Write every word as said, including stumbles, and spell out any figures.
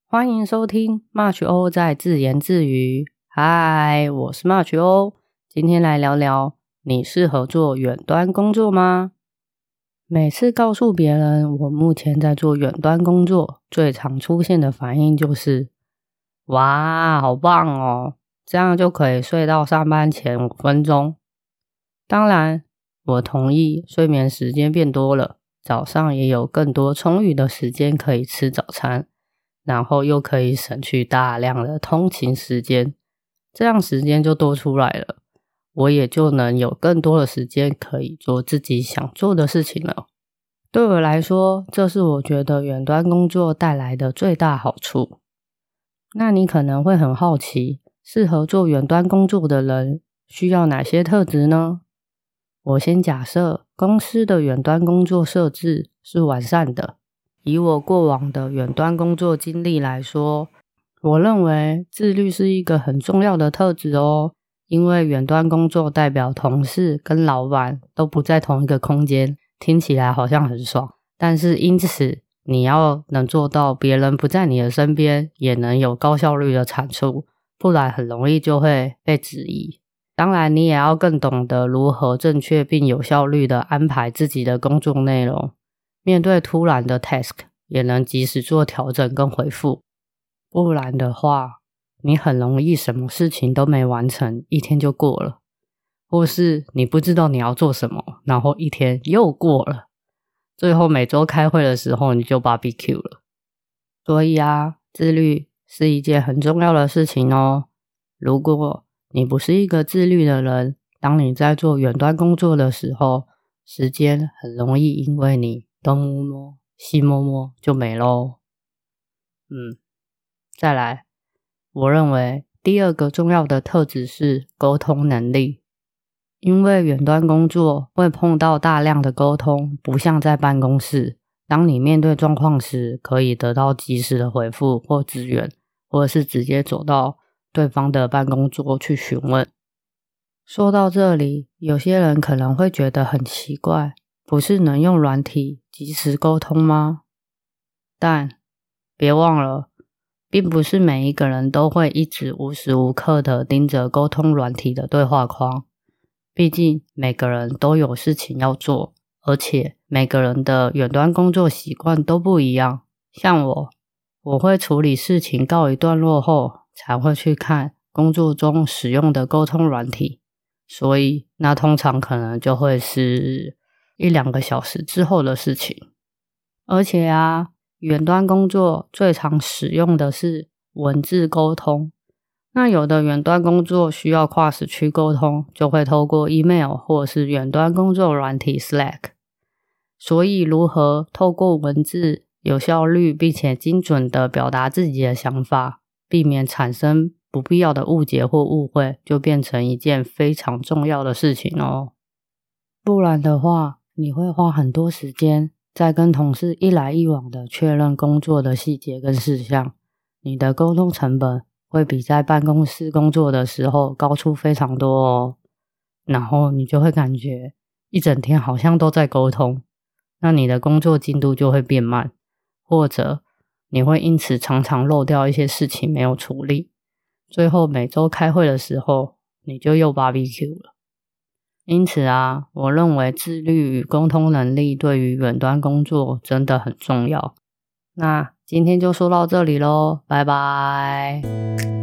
欢迎收听 March O 在自言自语。嗨，我是 March O， 今天来聊聊你适合做远端工作吗？每次告诉别人我目前在做远端工作，最常出现的反应就是哇，好棒哦，这样就可以睡到上班前五分钟。当然，我同意睡眠时间变多了，早上也有更多充裕的时间可以吃早餐，然后又可以省去大量的通勤时间，这样时间就多出来了，我也就能有更多的时间可以做自己想做的事情了。对我来说，这是我觉得远端工作带来的最大好处。那你可能会很好奇，适合做远端工作的人需要哪些特质呢？我先假设公司的远端工作设置是完善的。以我过往的远端工作经历来说，我认为自律是一个很重要的特质哦，因为远端工作代表同事跟老板都不在同一个空间，听起来好像很爽，但是因此你要能做到别人不在你的身边也能有高效率的产出，不然很容易就会被质疑。当然你也要更懂得如何正确并有效率的安排自己的工作内容，面对突然的 task 也能及时做调整跟回复，不然的话你很容易什么事情都没完成，一天就过了，或是你不知道你要做什么，然后一天又过了，最后每周开会的时候你就 B B Q 了。所以啊，自律是一件很重要的事情哦。如果你不是一个自律的人，当你在做远端工作的时候，时间很容易因为你东摸摸西摸摸就没咯。嗯，再来，我认为第二个重要的特质是沟通能力。因为远端工作会碰到大量的沟通，不像在办公室，当你面对状况时可以得到及时的回复或支援，或者是直接走到对方的办公桌去询问。说到这里，有些人可能会觉得很奇怪，不是能用软体即时沟通吗？但别忘了，并不是每一个人都会一直无时无刻的盯着沟通软体的对话框，毕竟每个人都有事情要做，而且每个人的远端工作习惯都不一样。像我，我会处理事情告一段落后，才会去看工作中使用的沟通软体，所以那通常可能就会是一两个小时之后的事情。而且啊，远端工作最常使用的是文字沟通，那有的远端工作需要跨时区沟通，就会透过 email 或是远端工作软体 Slack。 所以如何透过文字有效率并且精准的表达自己的想法，避免产生不必要的误解或误会，就变成一件非常重要的事情哦。不然的话，你会花很多时间在跟同事一来一往的确认工作的细节跟事项，你的沟通成本会比在办公室工作的时候高出非常多哦。然后你就会感觉一整天好像都在沟通，那你的工作进度就会变慢，或者你会因此常常漏掉一些事情没有处理，最后每周开会的时候你就又 B B Q 了。因此啊，我认为自律与沟通能力对于远端工作真的很重要。那今天就说到这里咯，拜拜。